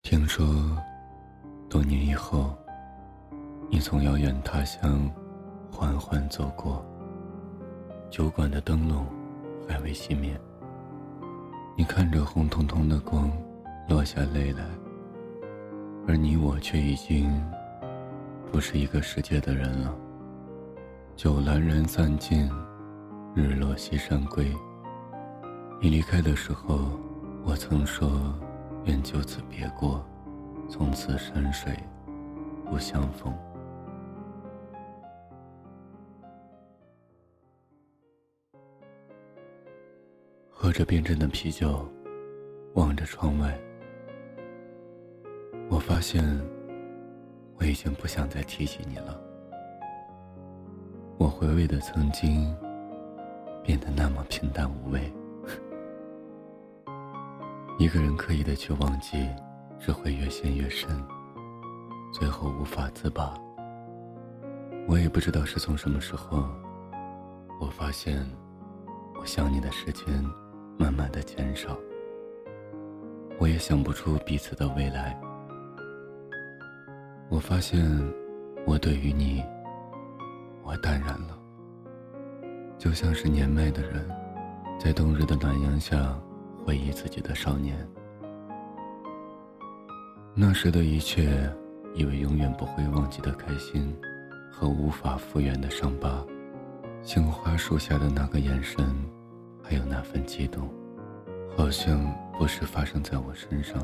听说多年以后，你从遥远他乡缓缓走过，酒馆的灯笼还未熄灭，你看着红彤彤的光落下泪来，而你我却已经不是一个世界的人了。酒阑然散尽，日落西山归。你离开的时候，我曾说愿就此别过，从此山水不相逢。喝着冰镇的啤酒，望着窗外，我发现我已经不想再提起你了。我回味的曾经变得那么平淡无味。一个人刻意的去忘记，只会越陷越深，最后无法自拔。我也不知道是从什么时候，我发现我想你的时间慢慢的减少，我也想不出彼此的未来。我发现我对于你，我淡然了，就像是年迈的人在冬日的暖阳下回忆自己的少年。那时的一切，以为永远不会忘记的开心和无法复原的伤疤，杏花树下的那个眼神，还有那份激动，好像不是发生在我身上，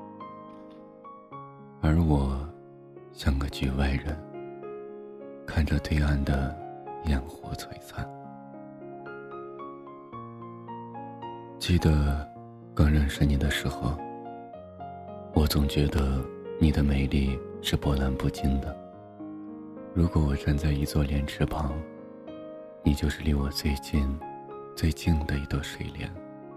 而我像个局外人，看着对岸的烟火璀璨。记得刚认识你的时候，我总觉得你的美丽是波澜不惊的。如果我站在一座莲池旁，你就是离我最近最近的一朵水莲。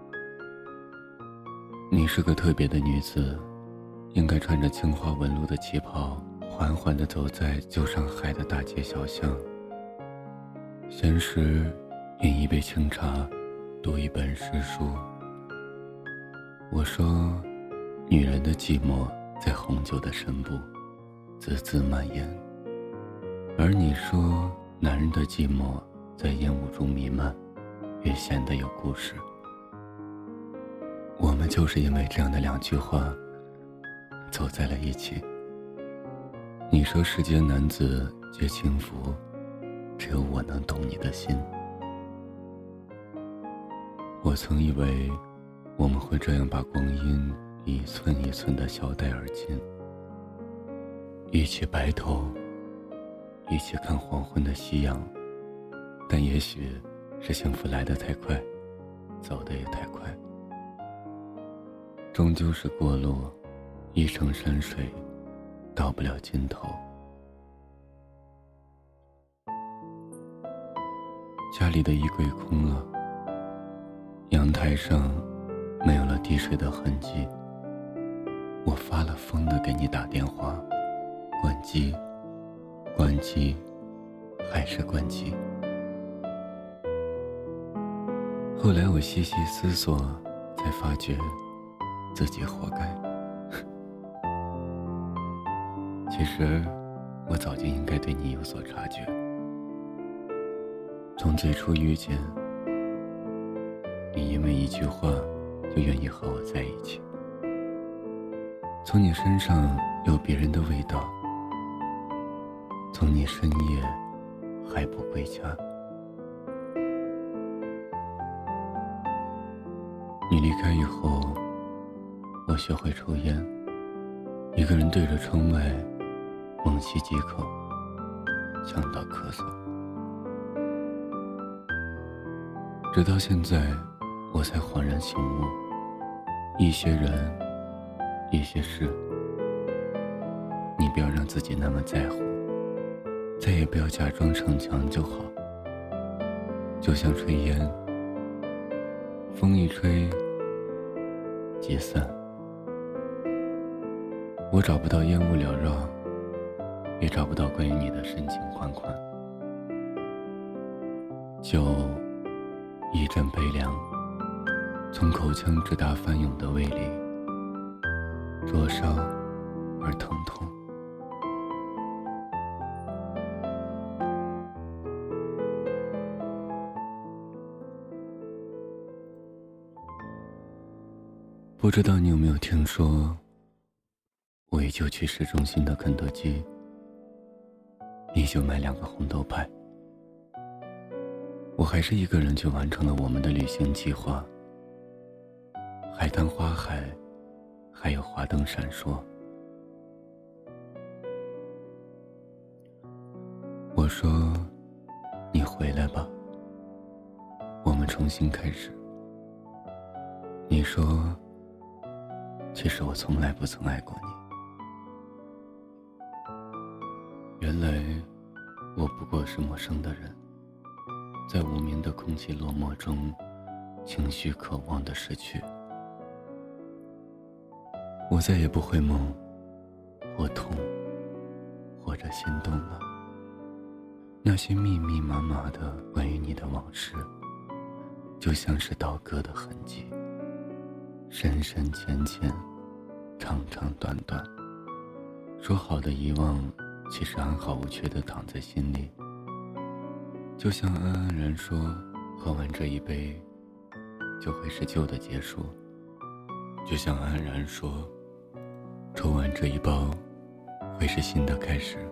你是个特别的女子，应该穿着青花纹路的旗袍，缓缓地走在旧上海的大街小巷，闲时饮一杯清茶，读一本诗书。我说，女人的寂寞在红酒的深部滋滋蔓延，而你说，男人的寂寞在烟雾中弥漫，越显得有故事。我们就是因为这样的两句话走在了一起。你说世间男子皆轻浮，只有我能懂你的心。我曾以为我们会这样把光阴一寸一寸地消带而尽，一起白头，一起看黄昏的夕阳，但也许是幸福来得太快，走得也太快，终究是过路，一程山水到不了尽头。家里的衣柜空了，阳台上没有了滴水的痕迹。我发了疯地给你打电话，关机，关机，还是关机。后来我细细思索，才发觉自己活该。其实我早就应该对你有所察觉。从最初遇见你，因为一句话就愿意和我在一起，从你身上有别人的味道，从你深夜还不归家。你离开以后，我学会抽烟，一个人对着窗外猛吸几口，呛到咳嗽。直到现在，我才恍然醒悟，一些人，一些事，你不要让自己那么在乎，再也不要假装逞强就好。就像炊烟，风一吹即散。我找不到烟雾缭绕，也找不到关于你的深情款款。酒一阵悲凉，从口腔直达翻涌的胃里， 灼烧而疼痛。不知道你有没有听说，我依旧去市中心的肯德基，依旧买2个红豆派。我还是一个人去完成了我们的旅行计划，海滩花海，还有华灯闪烁。我说，你回来吧，我们重新开始。你说，其实我从来不曾爱过你。原来我不过是陌生的人，在无名的空气落寞中，情绪渴望的逝去。我再也不会梦，或痛，或者心动了。那些密密麻麻的关于你的往事，就像是刀割的痕迹，深深浅浅，长长短短。说好的遗忘，其实安好无缺地躺在心里。就像安安然说，喝完这一杯就会是旧的结束。就像安然说，抽完这一包会是新的开始。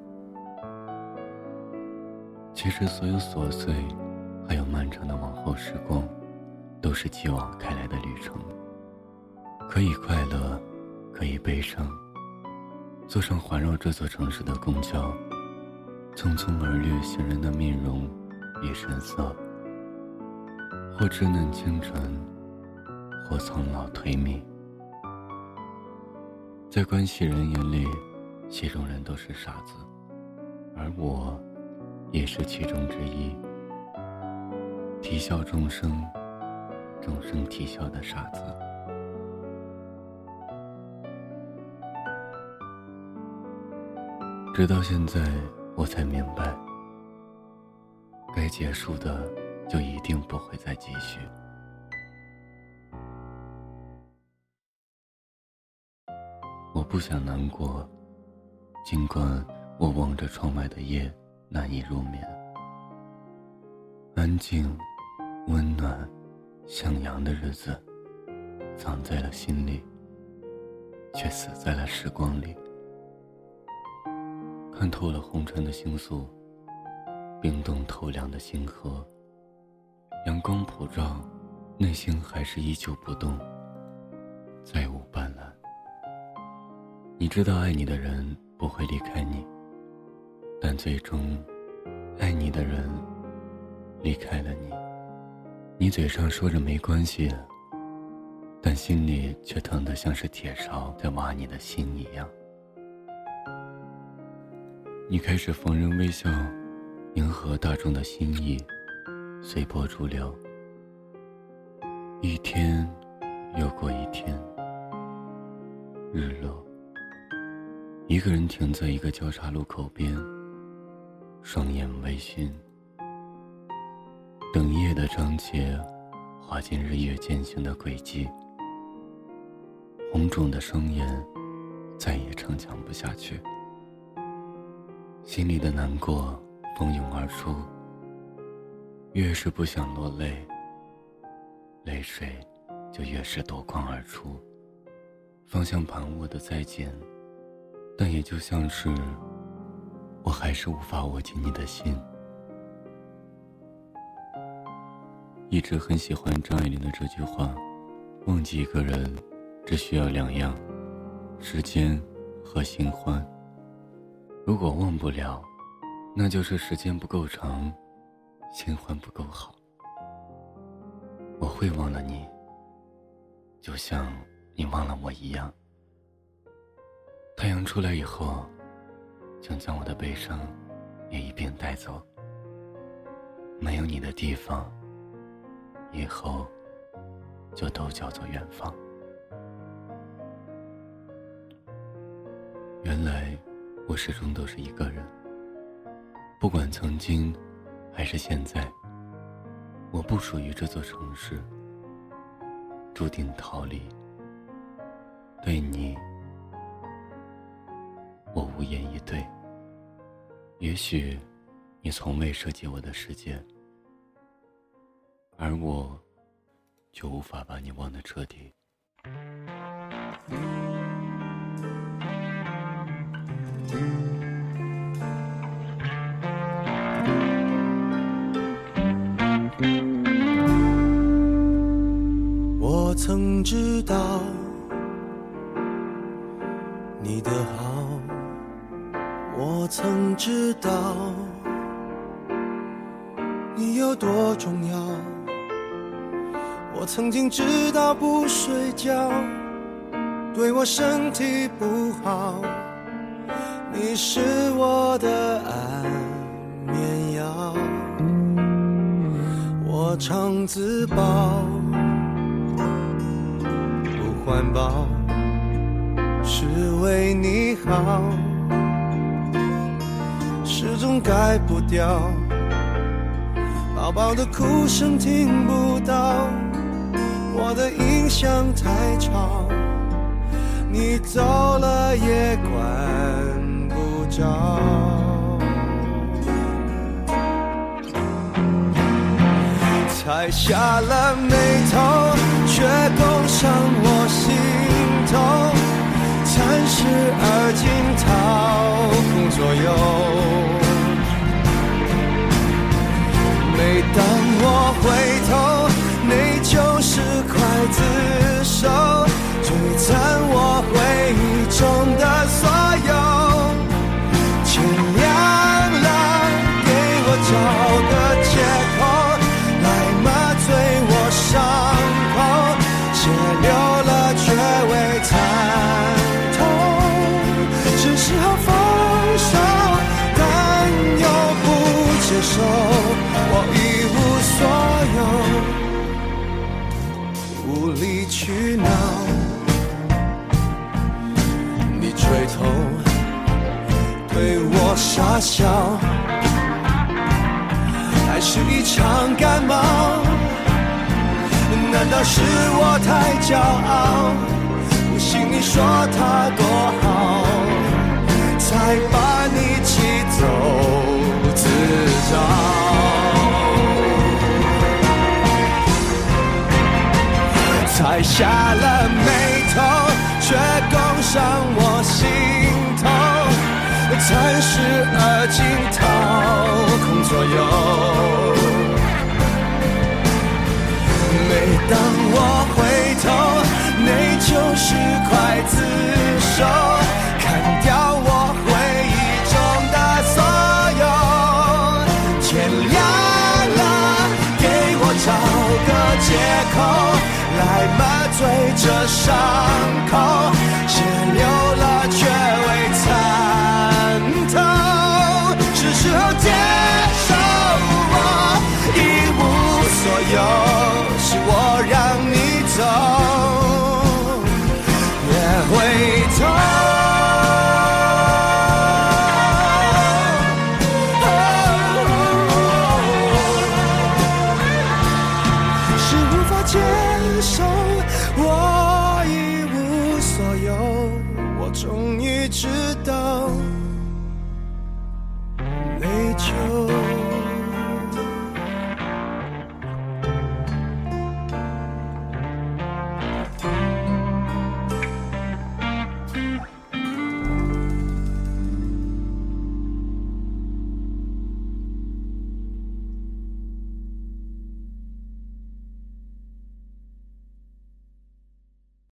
其实所有琐碎还有漫长的往后时光，都是继往开来的旅程，可以快乐，可以悲伤。坐上环绕这座城市的公交，匆匆而掠行人的面容与神色，或稚嫩清纯，或苍老颓靡。在关系人眼里，其中人都是傻子，而我也是其中之一。啼笑众生，众生啼笑的傻子。直到现在，我才明白，该结束的就一定不会再继续。我不想难过，尽管我望着窗外的夜难以入眠。安静、温暖、向阳的日子，藏在了心里，却死在了时光里。看透了红尘的星宿，冰冻透凉的星河，阳光普照，内心还是依旧不动，再无斑斓。你知道爱你的人不会离开你，但最终爱你的人离开了你。你嘴上说着没关系，但心里却疼得像是铁勺在挖你的心一样。你开始逢人微笑，迎合大众的心意，随波逐流。一天又过一天，日落，一个人停在一个交叉路口边，双眼微醺，等夜的章节滑进日月渐行的轨迹。红肿的双眼再也逞强不下去，心里的难过蜂拥而出，越是不想落泪，泪水就越是夺眶而出。方向盘握得再紧，但也就像是我还是无法握紧你的心。一直很喜欢张爱玲的这句话，忘记一个人只需要2样，时间和新欢。如果忘不了，那就是时间不够长，新欢不够好。我会忘了你，就像你忘了我一样。太阳出来以后，请将我的悲伤也一并带走。没有你的地方，以后就都叫做远方。原来我始终都是一个人，不管曾经还是现在，我不属于这座城市，注定逃离。对你无言以对。也许你从未涉及我的世界，而我就无法把你忘得彻底。 我曾知道你的好，我曾知道你有多重要，我曾经知道不睡觉对我身体不好，你是我的安眠药，我常自暴不环保，是为你好，始终改不掉，宝宝的哭声听不到，我的音响太吵，你走了也管不着，才下了眉头，却攻上我心头，残时而今掏空左右。每当我回头，内疚是刽子手，璀璨我回忆中的所有。天亮了，给我找个借口，来麻醉我伤口，血流了却未参透，是时候放手，但又不接受，我一无所有，无理取闹，你垂头对我傻笑，还是一场感冒，难道是我太骄傲，不信你说他多好，才把你气走自找，才下了眉头，却攻上我心头，残时而今掏空左右。每当我回头，内疚是刽子手，砍掉我回忆中的所有。天亮了，给我找个借口，来麻醉这伤口，血流了却未参透，是时候接受我一无所有，是我让你走，别回头。是无法接受，我一无所有，我终于知道内疚